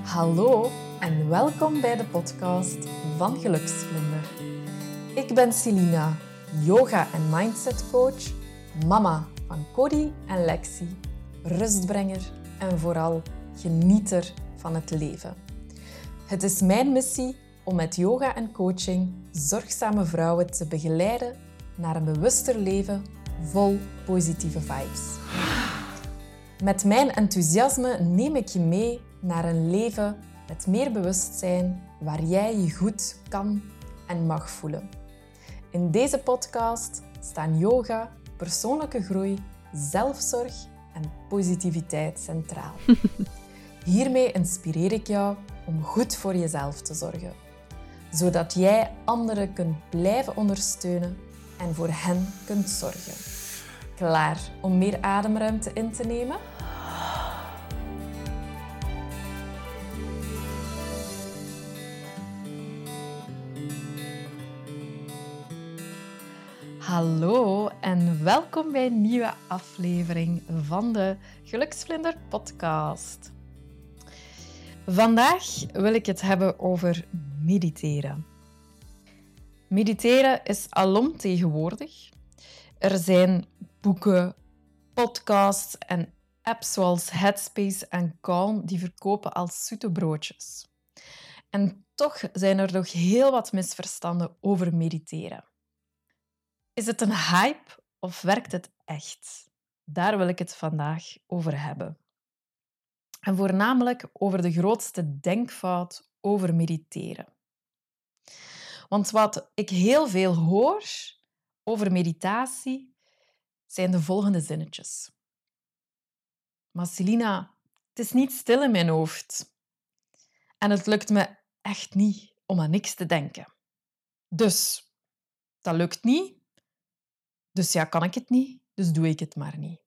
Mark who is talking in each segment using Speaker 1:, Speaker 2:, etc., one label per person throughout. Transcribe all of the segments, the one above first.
Speaker 1: Hallo en welkom bij de podcast van Geluksvlinder. Ik ben Celina, yoga- en mindsetcoach, mama van Cody en Lexi, rustbrenger en vooral genieter van het leven. Het is mijn missie om met yoga en coaching zorgzame vrouwen te begeleiden naar een bewuster leven vol positieve vibes. Met mijn enthousiasme neem ik je mee naar een leven met meer bewustzijn waar jij je goed kan en mag voelen. In deze podcast staan yoga, persoonlijke groei, zelfzorg en positiviteit centraal. Hiermee inspireer ik jou om goed voor jezelf te zorgen, zodat jij anderen kunt blijven ondersteunen en voor hen kunt zorgen. Klaar om meer ademruimte in te nemen? Hallo en welkom bij een nieuwe aflevering van de Geluksvlinder podcast. Vandaag wil ik het hebben over mediteren. Mediteren is alomtegenwoordig. Er zijn boeken, podcasts en apps zoals Headspace en Calm die verkopen als zoete broodjes. En toch zijn er nog heel wat misverstanden over mediteren. Is het een hype of werkt het echt? Daar wil ik het vandaag over hebben. En voornamelijk over de grootste denkfout over mediteren. Want wat ik heel veel hoor over meditatie zijn de volgende zinnetjes. Maar Celina, het is niet stil in mijn hoofd. En het lukt me echt niet om aan niks te denken. Dus, dat lukt niet. Dus ja, kan ik het niet, dus doe ik het maar niet.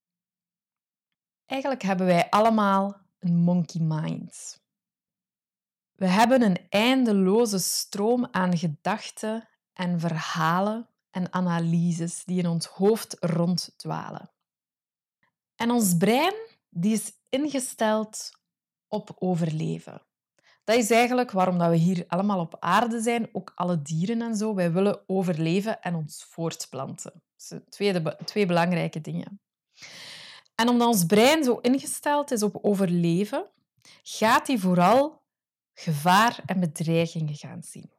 Speaker 1: Eigenlijk hebben wij allemaal een monkey mind. We hebben een eindeloze stroom aan gedachten en verhalen en analyses die in ons hoofd ronddwalen. En ons brein die is ingesteld op overleven. Dat is eigenlijk waarom dat we hier allemaal op aarde zijn, ook alle dieren en zo. Wij willen overleven en ons voortplanten. Dat zijn twee belangrijke dingen. En omdat ons brein zo ingesteld is op overleven, gaat hij vooral gevaar en bedreigingen gaan zien.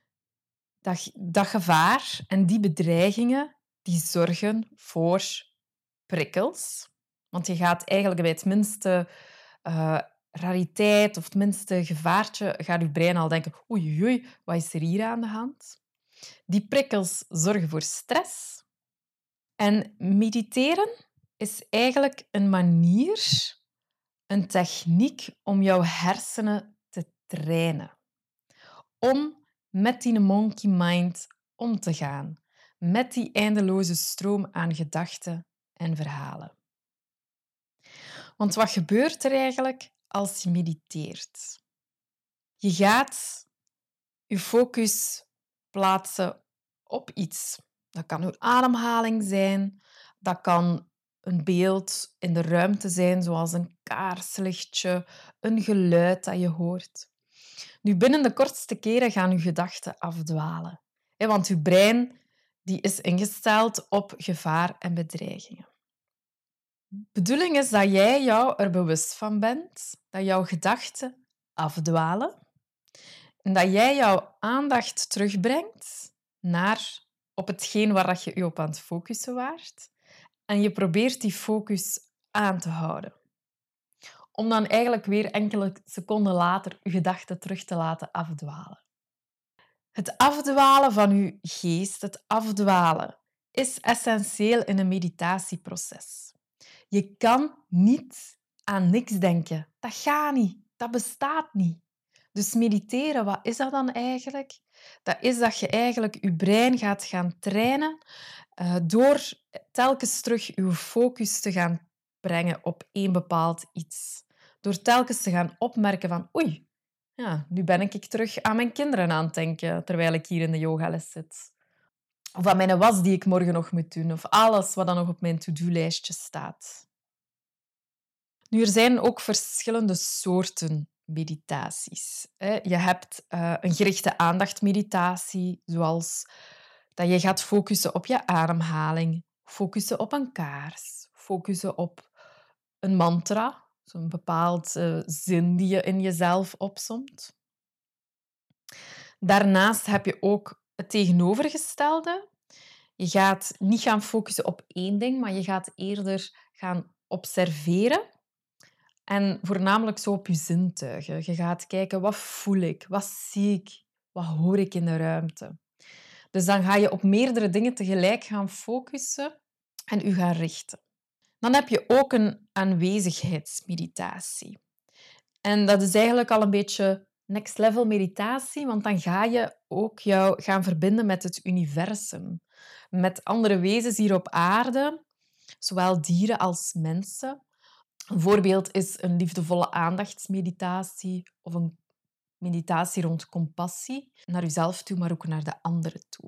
Speaker 1: Dat gevaar en die bedreigingen die zorgen voor prikkels. Want je gaat eigenlijk bij het minste rariteit of het minste gevaartje, gaat je brein al denken, oei, wat is er hier aan de hand? Die prikkels zorgen voor stress. En mediteren is eigenlijk een manier, een techniek om jouw hersenen te trainen. Om met die monkey mind om te gaan. Met die eindeloze stroom aan gedachten en verhalen. Want wat gebeurt er eigenlijk als je mediteert? Je gaat je focus plaatsen op iets. Dat kan uw ademhaling zijn, dat kan een beeld in de ruimte zijn, zoals een kaarslichtje, een geluid dat je hoort. Nu, binnen de kortste keren gaan uw gedachten afdwalen. Want uw brein die is ingesteld op gevaar en bedreigingen. De bedoeling is dat jij jou er bewust van bent, dat jouw gedachten afdwalen en dat jij jouw aandacht terugbrengt naar op hetgeen waar je je op aan het focussen waart. En je probeert die focus aan te houden. Om dan eigenlijk weer enkele seconden later je gedachten terug te laten afdwalen. Het afdwalen van je geest, het afdwalen, is essentieel in een meditatieproces. Je kan niet aan niks denken. Dat gaat niet. Dat bestaat niet. Dus mediteren, wat is dat dan eigenlijk? Dat is dat je eigenlijk je brein gaat gaan trainen door telkens terug je focus te gaan brengen op één bepaald iets. Door telkens te gaan opmerken van oei, ja, nu ben ik terug aan mijn kinderen aan het denken terwijl ik hier in de yogales zit. Of aan mijn was die ik morgen nog moet doen. Of alles wat dan nog op mijn to-do-lijstje staat. Nu, er zijn ook verschillende soorten meditaties. Je hebt een gerichte aandachtmeditatie, zoals dat je gaat focussen op je ademhaling, focussen op een kaars, focussen op een mantra, zo'n bepaald zin die je in jezelf opsomt. Daarnaast heb je ook het tegenovergestelde. Je gaat niet gaan focussen op één ding, maar je gaat eerder gaan observeren en voornamelijk zo op je zintuigen. Je gaat kijken, wat voel ik? Wat zie ik? Wat hoor ik in de ruimte? Dus dan ga je op meerdere dingen tegelijk gaan focussen en je gaan richten. Dan heb je ook een aanwezigheidsmeditatie. En dat is eigenlijk al een beetje next level meditatie, want dan ga je ook jou gaan verbinden met het universum, met andere wezens hier op aarde, zowel dieren als mensen. Een voorbeeld is een liefdevolle aandachtsmeditatie of een meditatie rond compassie naar jezelf toe, maar ook naar de anderen toe.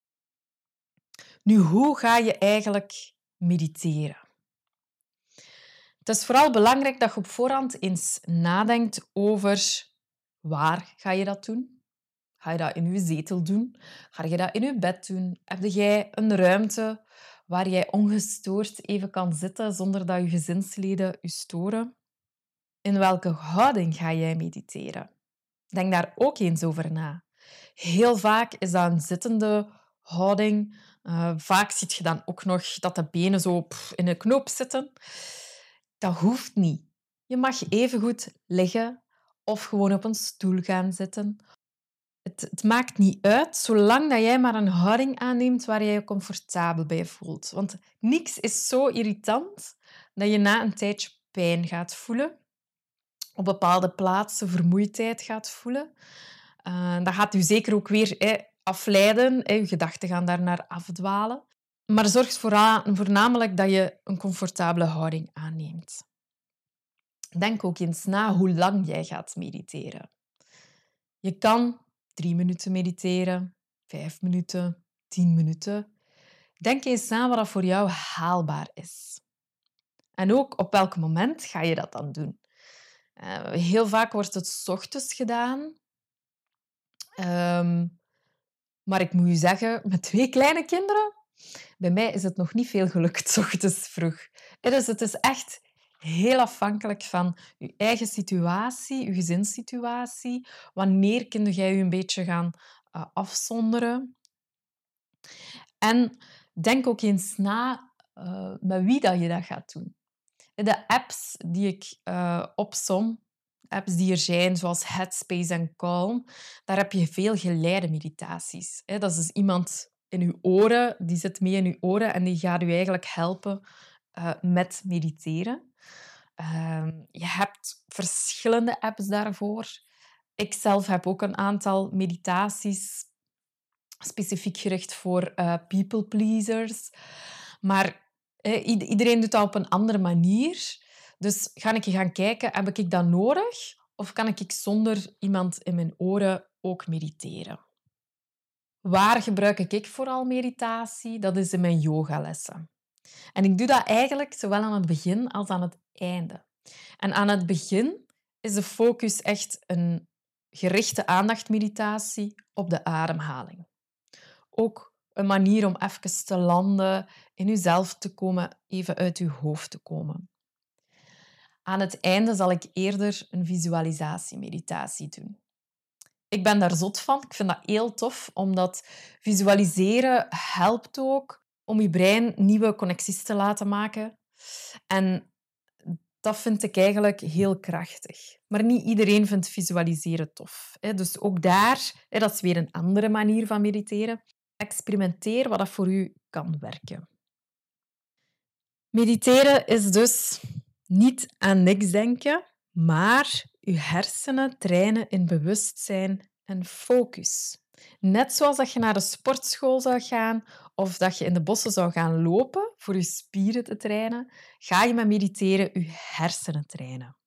Speaker 1: Nu, hoe ga je eigenlijk mediteren? Het is vooral belangrijk dat je op voorhand eens nadenkt over waar ga je dat doen. Ga je dat in je zetel doen? Ga je dat in je bed doen? Heb jij een ruimte waar jij ongestoord even kan zitten zonder dat je gezinsleden je storen? In welke houding ga jij mediteren? Denk daar ook eens over na. Heel vaak is dat een zittende houding. Vaak zie je dan ook nog dat de benen zo in een knoop zitten. Dat hoeft niet. Je mag evengoed liggen of gewoon op een stoel gaan zitten. Het maakt niet uit, zolang dat jij maar een houding aanneemt waar jij je comfortabel bij voelt. Want niks is zo irritant dat je na een tijdje pijn gaat voelen, op bepaalde plaatsen vermoeidheid gaat voelen. Dat gaat u zeker ook weer afleiden. Je gedachten gaan daarnaar afdwalen. Maar zorg voornamelijk dat je een comfortabele houding aanneemt. Denk ook eens na hoe lang jij gaat mediteren. Je kan 3 minuten mediteren, 5 minuten, 10 minuten. Denk eens na wat dat voor jou haalbaar is. En ook op welk moment ga je dat dan doen. Heel vaak wordt het 's ochtends gedaan. Maar ik moet je zeggen, met 2 kleine kinderen, bij mij is het nog niet veel gelukt 's ochtends vroeg. Dus het is echt heel afhankelijk van je eigen situatie, je gezinssituatie. Wanneer kun jij je een beetje gaan afzonderen? En denk ook eens na met wie dat je dat gaat doen. De apps die ik opsom, apps die er zijn, zoals Headspace en Calm, daar heb je veel geleide meditaties. Dat is dus iemand in je oren, die zit mee in je oren en die gaat je eigenlijk helpen met mediteren. Je hebt verschillende apps daarvoor. Ik zelf heb ook een aantal meditaties specifiek gericht voor people pleasers. Maar iedereen doet dat op een andere manier. Dus ga ik gaan kijken, heb ik dat nodig? Of kan ik zonder iemand in mijn oren ook mediteren? Waar gebruik ik vooral meditatie? Dat is in mijn yogalessen. En ik doe dat eigenlijk zowel aan het begin als aan het einde. En aan het begin is de focus echt een gerichte aandachtmeditatie op de ademhaling. Ook een manier om even te landen, in jezelf te komen, even uit je hoofd te komen. Aan het einde zal ik eerder een visualisatiemeditatie doen. Ik ben daar zot van. Ik vind dat heel tof, omdat visualiseren helpt ook om je brein nieuwe connecties te laten maken. En dat vind ik eigenlijk heel krachtig. Maar niet iedereen vindt visualiseren tof. Dus ook daar, dat is weer een andere manier van mediteren. Experimenteer wat dat voor u kan werken. Mediteren is dus niet aan niks denken, maar uw hersenen trainen in bewustzijn en focus. Net zoals dat je naar de sportschool zou gaan of dat je in de bossen zou gaan lopen voor je spieren te trainen, ga je met mediteren je hersenen trainen.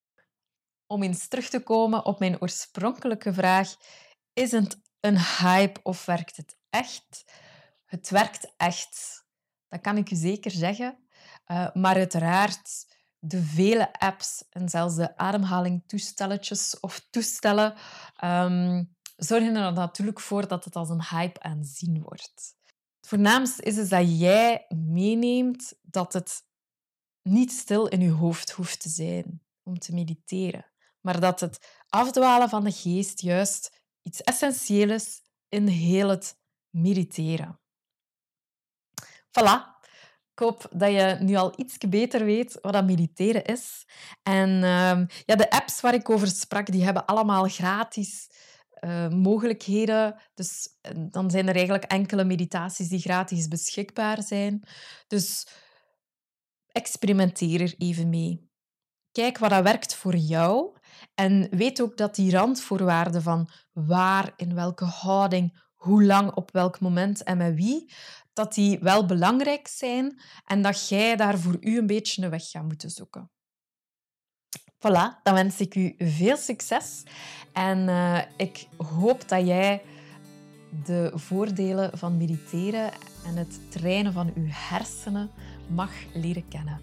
Speaker 1: Om eens terug te komen op mijn oorspronkelijke vraag, is het een hype of werkt het echt? Het werkt echt. Dat kan ik u zeker zeggen. Maar uiteraard de vele apps en zelfs de ademhalingtoestelletjes of toestellen zorgen er natuurlijk voor dat het als een hype aanzien wordt. Het voornaamste is dat jij meeneemt dat het niet stil in je hoofd hoeft te zijn om te mediteren, maar dat het afdwalen van de geest juist iets essentieels is in heel het mediteren. Voilà. Ik hoop dat je nu al iets beter weet wat dat mediteren is. En ja, de apps waar ik over sprak, die hebben allemaal gratis mogelijkheden. Dus dan zijn er eigenlijk enkele meditaties die gratis beschikbaar zijn. Dus experimenteer er even mee. Kijk wat dat werkt voor jou. En weet ook dat die randvoorwaarden van waar, in welke houding, hoe lang, op welk moment en met wie, dat die wel belangrijk zijn en dat jij daar voor u een beetje een weg gaat moeten zoeken. Voilà, dan wens ik u veel succes en ik hoop dat jij de voordelen van mediteren en het trainen van uw hersenen mag leren kennen.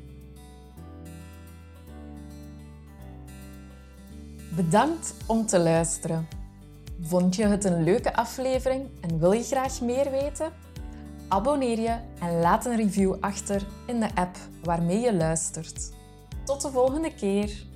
Speaker 1: Bedankt om te luisteren. Vond je het een leuke aflevering en wil je graag meer weten? Abonneer je en laat een review achter in de app waarmee je luistert. Tot de volgende keer!